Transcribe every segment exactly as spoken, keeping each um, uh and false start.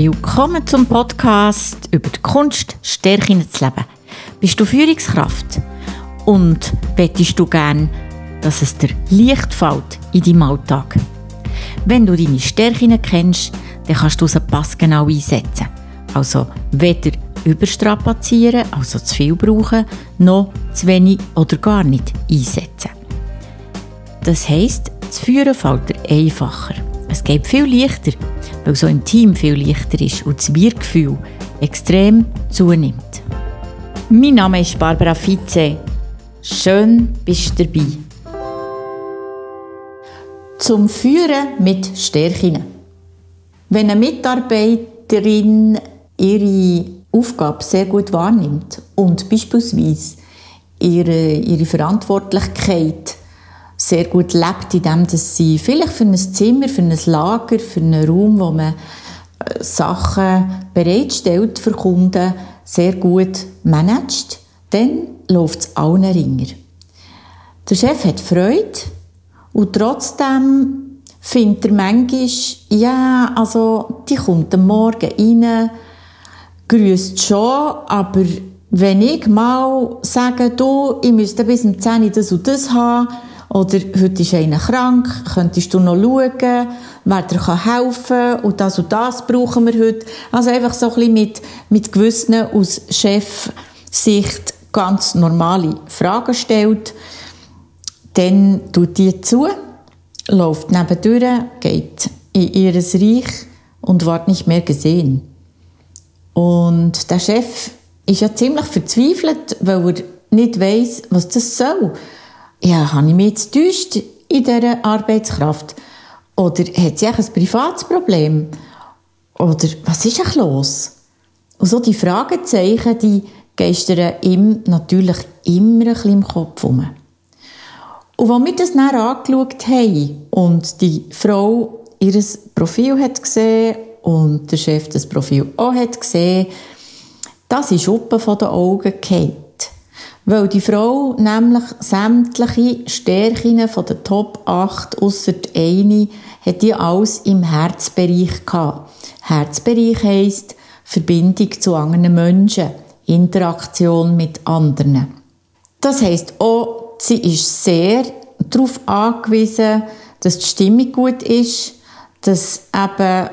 Willkommen zum Podcast über die Kunst, Stärken zu leben. Bist du Führungskraft und möchtest du gerne, dass es dir leicht fällt in deinem Alltag? Wenn du deine Stärken kennst, dann kannst du sie passgenau einsetzen. Also weder überstrapazieren, also zu viel brauchen, noch zu wenig oder gar nicht einsetzen. Das heisst, das Führen fällt dir einfacher. Es geht viel leichter, weil so im Team viel leichter ist und das Wir-Gefühl extrem zunimmt. Mein Name ist Barbara Vize. Schön, bist du dabei. Zum Führen mit Stärken. Wenn eine Mitarbeiterin ihre Aufgabe sehr gut wahrnimmt und beispielsweise ihre, ihre Verantwortlichkeit sehr gut lebt, indem sie vielleicht für ein Zimmer, für ein Lager, für einen Raum, wo man Sachen bereitstellt für Kunden, sehr gut managt, dann läuft es allen Ringer. Der Chef hat Freude und trotzdem findet er manchmal, ja, also die kommt am Morgen rein, grüßt schon, aber wenn ich mal sage, du, ich müsste bis um zehn Uhr das und das haben, oder heute ist einer krank, könntest du noch schauen, wer dir helfen kann und das und das brauchen wir heute. Also einfach so ein bisschen mit, mit gewissen aus Chefsicht ganz normale Fragen stellt. Dann tut die zu, läuft nebendurch, geht in ihr Reich und wird nicht mehr gesehen. Und der Chef ist ja ziemlich verzweifelt, weil er nicht weiss, was das soll. Ja, habe ich mich jetzt getäuscht in dieser Arbeitskraft? Oder hat sie ein privates Problem? Oder was ist eigentlich los? Und so die Fragezeichen, die geistern ihm natürlich immer ein bisschen im Kopf herum. Und als wir das dann angeschaut haben und die Frau ihr Profil hat gesehen und der Chef das Profil auch hat gesehen, das ist Schuppen von den Augen gefallen. Weil die Frau nämlich sämtliche Stärken von den Top acht, ausser eine, hat die alles im Herzbereich gehabt. Herzbereich heisst Verbindung zu anderen Menschen, Interaktion mit anderen. Das heisst auch, sie ist sehr darauf angewiesen, dass die Stimmung gut ist, dass eben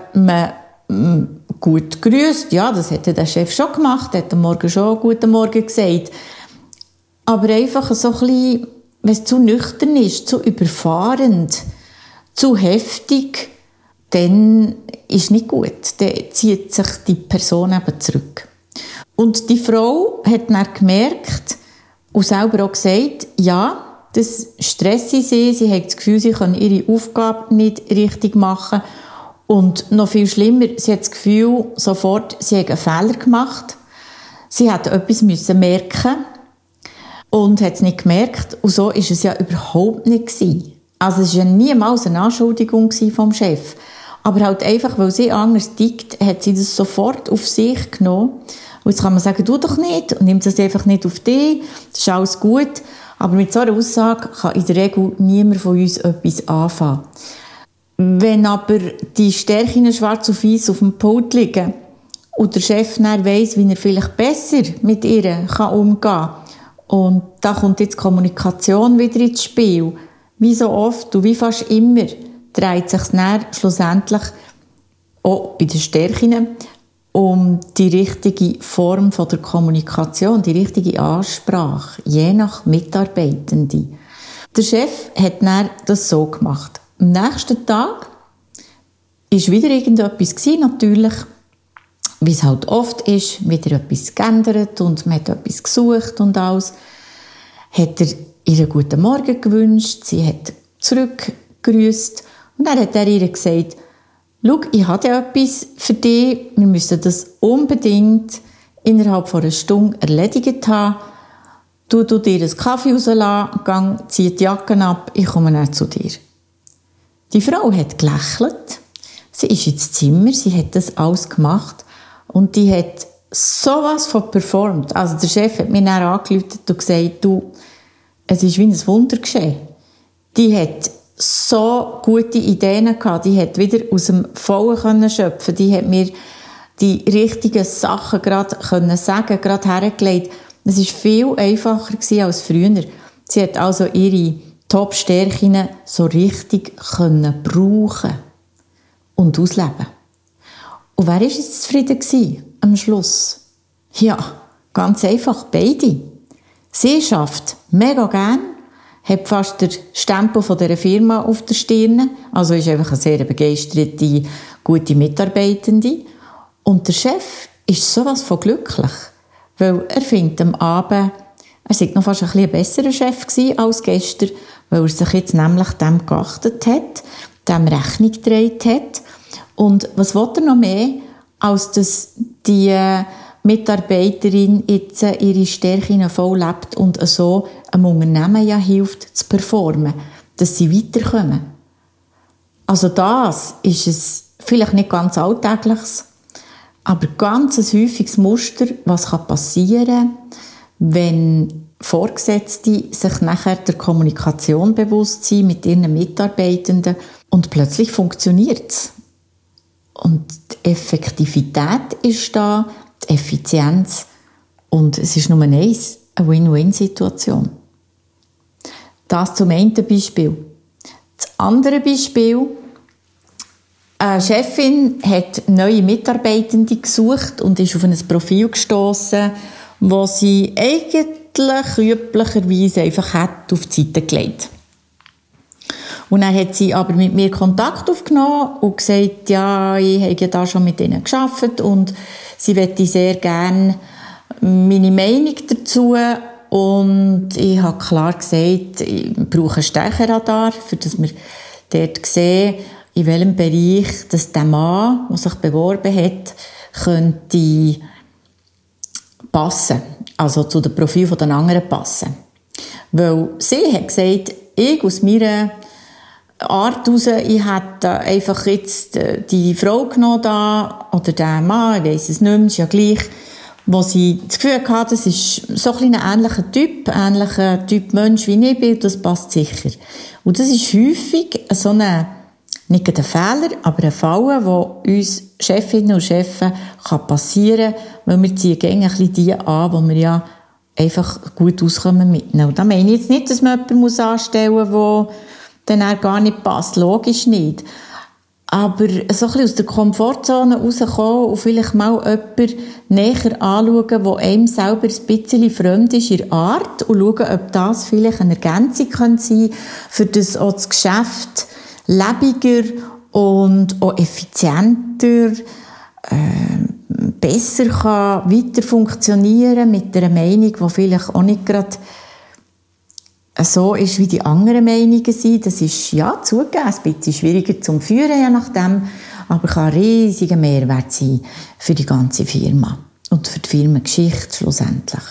man gut grüßt. Ja, das hat der Chef schon gemacht, hat am Morgen schon «Guten Morgen» gesagt. Aber einfach so ein bisschen, wenn es zu nüchtern ist, zu überfahrend, zu heftig, dann ist nicht gut. Dann zieht sich die Person eben zurück. Und die Frau hat dann gemerkt und selber auch gesagt, ja, das stresst sie. Sie hat das Gefühl, sie kann ihre Aufgabe nicht richtig machen. Und noch viel schlimmer, sie hat das Gefühl, sofort, sie hat einen Fehler gemacht. Sie hat etwas müssen merken und hat es nicht gemerkt. Und so war es ja überhaupt nicht gewesen. Also es war ja niemals eine Anschuldigung vom Chef. Aber halt einfach, weil sie anders tickt, hat sie das sofort auf sich genommen. Und jetzt kann man sagen, du doch nicht, und nimmt das einfach nicht auf dich, das ist alles gut. Aber mit so einer Aussage kann in der Regel niemand von uns etwas anfangen. Wenn aber die Stärken schwarz auf weiß auf dem Pult liegen und der Chef dann weiss, wie er vielleicht besser mit ihr umgehen kann, und da kommt jetzt Kommunikation wieder ins Spiel. Wie so oft und wie fast immer dreht sich dann schlussendlich auch bei den Stärken um die richtige Form von der Kommunikation, die richtige Ansprache, je nach Mitarbeitende. Der Chef hat dann das so gemacht. Am nächsten Tag war wieder irgendetwas gewesen, natürlich, wie es halt oft ist, wieder etwas geändert und man hat etwas gesucht und alles. Hat er ihr einen guten Morgen gewünscht, sie hat zurückgegrüßt und dann hat er ihr gesagt, schau, ich habe etwas für dich, wir müssen das unbedingt innerhalb von einer Stunde erledigt haben. Du, du dir einen Kaffee rauslassen, gang, zieh die Jacke ab, ich komme dann zu dir. Die Frau hat gelächelt, sie ist ins Zimmer, sie hat das alles gemacht und die hat sowas von performt. Also der Chef hat mir dann angerufen und gesagt, du, es ist wie ein Wunder geschehen. Die hat so gute Ideen gehabt, die hat wieder aus dem Vollen schöpfen. Die hat mir die richtigen Sachen gerade können sagen, gerade hergelegt. Es war viel einfacher gewesen als früher. Sie hat also ihre Top-Stärken so richtig können brauchen und ausleben. Und wer war jetzt zufrieden gewesen am Schluss? Ja, ganz einfach, beide. Sie schafft mega gern, hat fast den Stempel von dieser Firma auf der Stirn, also ist einfach eine sehr begeisterte, gute Mitarbeitende. Und der Chef ist sowas von glücklich, weil er findet am Abend, er war noch fast ein bisschen ein besserer Chef als gestern, weil er sich jetzt nämlich dem geachtet hat, dem Rechnung getragen hat. Und was will er noch mehr, als dass die Mitarbeiterin jetzt ihre Stärken voll lebt und so einem Unternehmen ja hilft zu performen, dass sie weiterkommen. Also das ist es vielleicht nicht ganz Alltägliches, aber ganz ein häufiges Muster, was passieren kann, wenn Vorgesetzte sich nachher der Kommunikation bewusst sind mit ihren Mitarbeitenden und plötzlich funktioniert es. Und die Effektivität ist da, die Effizienz und es ist Nummer eins, eine Win-Win-Situation. Das zum einen Beispiel. Das andere Beispiel: Eine Chefin hat neue Mitarbeitende gesucht und ist auf ein Profil gestossen, wo sie eigentlich üblicherweise einfach hat auf die Seite gelegt. Und dann hat sie aber mit mir Kontakt aufgenommen und gesagt, ja, ich habe da schon mit ihnen gearbeitet und sie möchte sehr gerne meine Meinung dazu. Und ich habe klar gesagt, ich brauche einen Stärkeradar, für das wir dort sehen, in welchem Bereich dass der Mann, der sich beworben hat, könnte passen. Also zu dem Profil der anderen passen. Weil sie hat gesagt, ich aus meiner Art heraus, ich hätte einfach jetzt die Frau genommen da, oder den Mann, ich weiss es nicht mehr, ist ja gleich, wo sie das Gefühl hatte, das ist so ein ähnlicher Typ, ähnlicher Typ Mensch wie ich bin, das passt sicher. Und das ist häufig so eine, nicht ein Fehler, aber ein Fall, der uns Chefinnen und Chefs passieren kann, weil wir ziehen gerne ein bisschen die an, wo wir ja einfach gut auskommen mit ihnen. Und da meine ich jetzt nicht, dass man jemanden anstellen muss, der dann auch gar nicht passt. Logisch nicht. Aber so ein bisschen aus der Komfortzone rauskommen und vielleicht mal jemanden näher anschauen, der einem selber ein bisschen fremd ist in der Art, und schauen, ob das vielleicht eine Ergänzung sein kann, für das auch das Geschäft lebiger und auch effizienter, äh, besser kann weiter funktionieren mit einer Meinung, die vielleicht auch nicht gerade so ist, wie die anderen Meinungen sind. Das ist, ja, zugegeben, ein bisschen schwieriger zum Führen, je nachdem, aber kann ein riesiger Mehrwert sein für die ganze Firma und für die Firmengeschichte schlussendlich.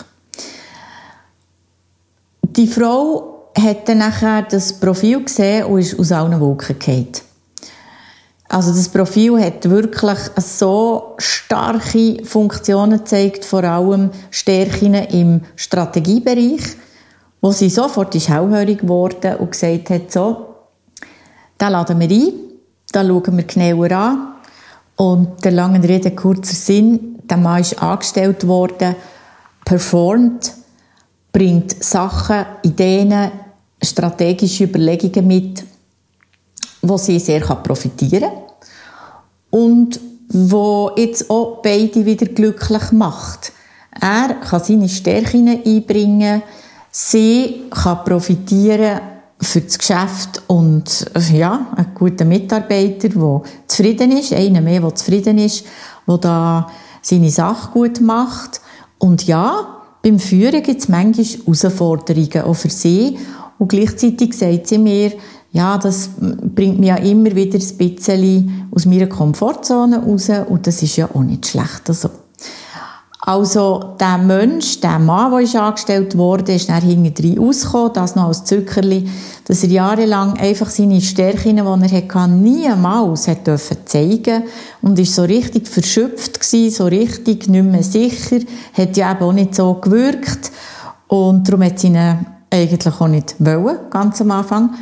Die Frau hat dann nachher das Profil gesehen und ist aus allen Wolken gefallen. Also das Profil hat wirklich so starke Funktionen gezeigt, vor allem Stärken im Strategiebereich, wo sie sofort ist hellhörig geworden und gesagt hat, so, da laden wir ein, da schauen wir genauer an. Und der langen Rede kurzer Sinn, der Mann ist angestellt worden, performt, bringt Sachen, Ideen, strategische Überlegungen mit, wo sie sehr profitieren kann und wo jetzt auch beide wieder glücklich macht. Er kann seine Stärken einbringen, sie kann profitieren für das Geschäft und ja, ein guter Mitarbeiter, der zufrieden ist, einer mehr, der zufrieden ist, der da seine Sache gut macht. Und ja, beim Führen gibt es manchmal Herausforderungen auch für sie. Und gleichzeitig sagt sie mir, ja, das bringt mich ja immer wieder ein bisschen aus meiner Komfortzone raus und das ist ja auch nicht schlecht. Also, also der Mensch, der Mann, der ist angestellt wurde, ist dann hinterher rausgekommen, das noch als Zückerli, dass er jahrelang einfach seine Stärken, die er hatte, niemals hat dürfen zeigen und ist so richtig verschöpft gewesen, so richtig nicht mehr sicher, hat ja eben auch nicht so gewirkt und darum hat sie ihn eigentlich auch nicht wollen, ganz am Anfang.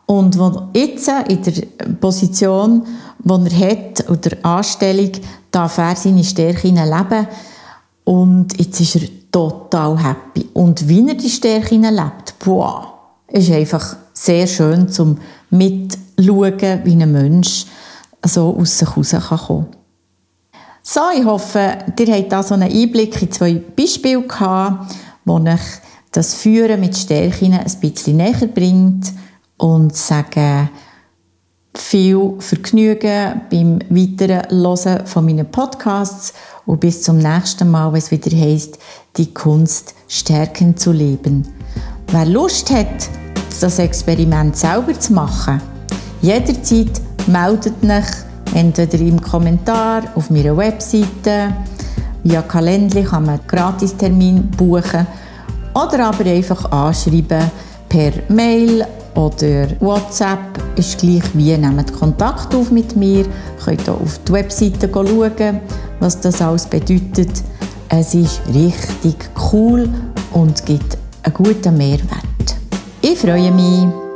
Und wo jetzt in der Position, die er hat, oder Anstellung, darf er seine Stärken leben. Und jetzt ist er total happy. Und wie er die Stärken lebt, boah, ist einfach sehr schön zum Mitschauen, wie ein Mensch so aus sich rauskommen kann. So, ich hoffe, ihr habt da so einen Einblick in zwei Beispiele gehabt, wo euch das Führen mit Stärken ein bisschen näher bringt, und sage viel Vergnügen beim weiteren Hören von meinen Podcasts und bis zum nächsten Mal, wenn es wieder heisst, die Kunst stärken zu leben. Wer Lust hat, das Experiment selber zu machen, jederzeit meldet euch entweder im Kommentar auf meiner Webseite, via Calendly kann man einen Gratistermin buchen oder aber einfach anschreiben per Mail oder WhatsApp, ist gleich wie, nehmt Kontakt auf mit mir, könnt auch auf die Webseite schauen, was das alles bedeutet. Es ist richtig cool und gibt einen guten Mehrwert. Ich freue mich.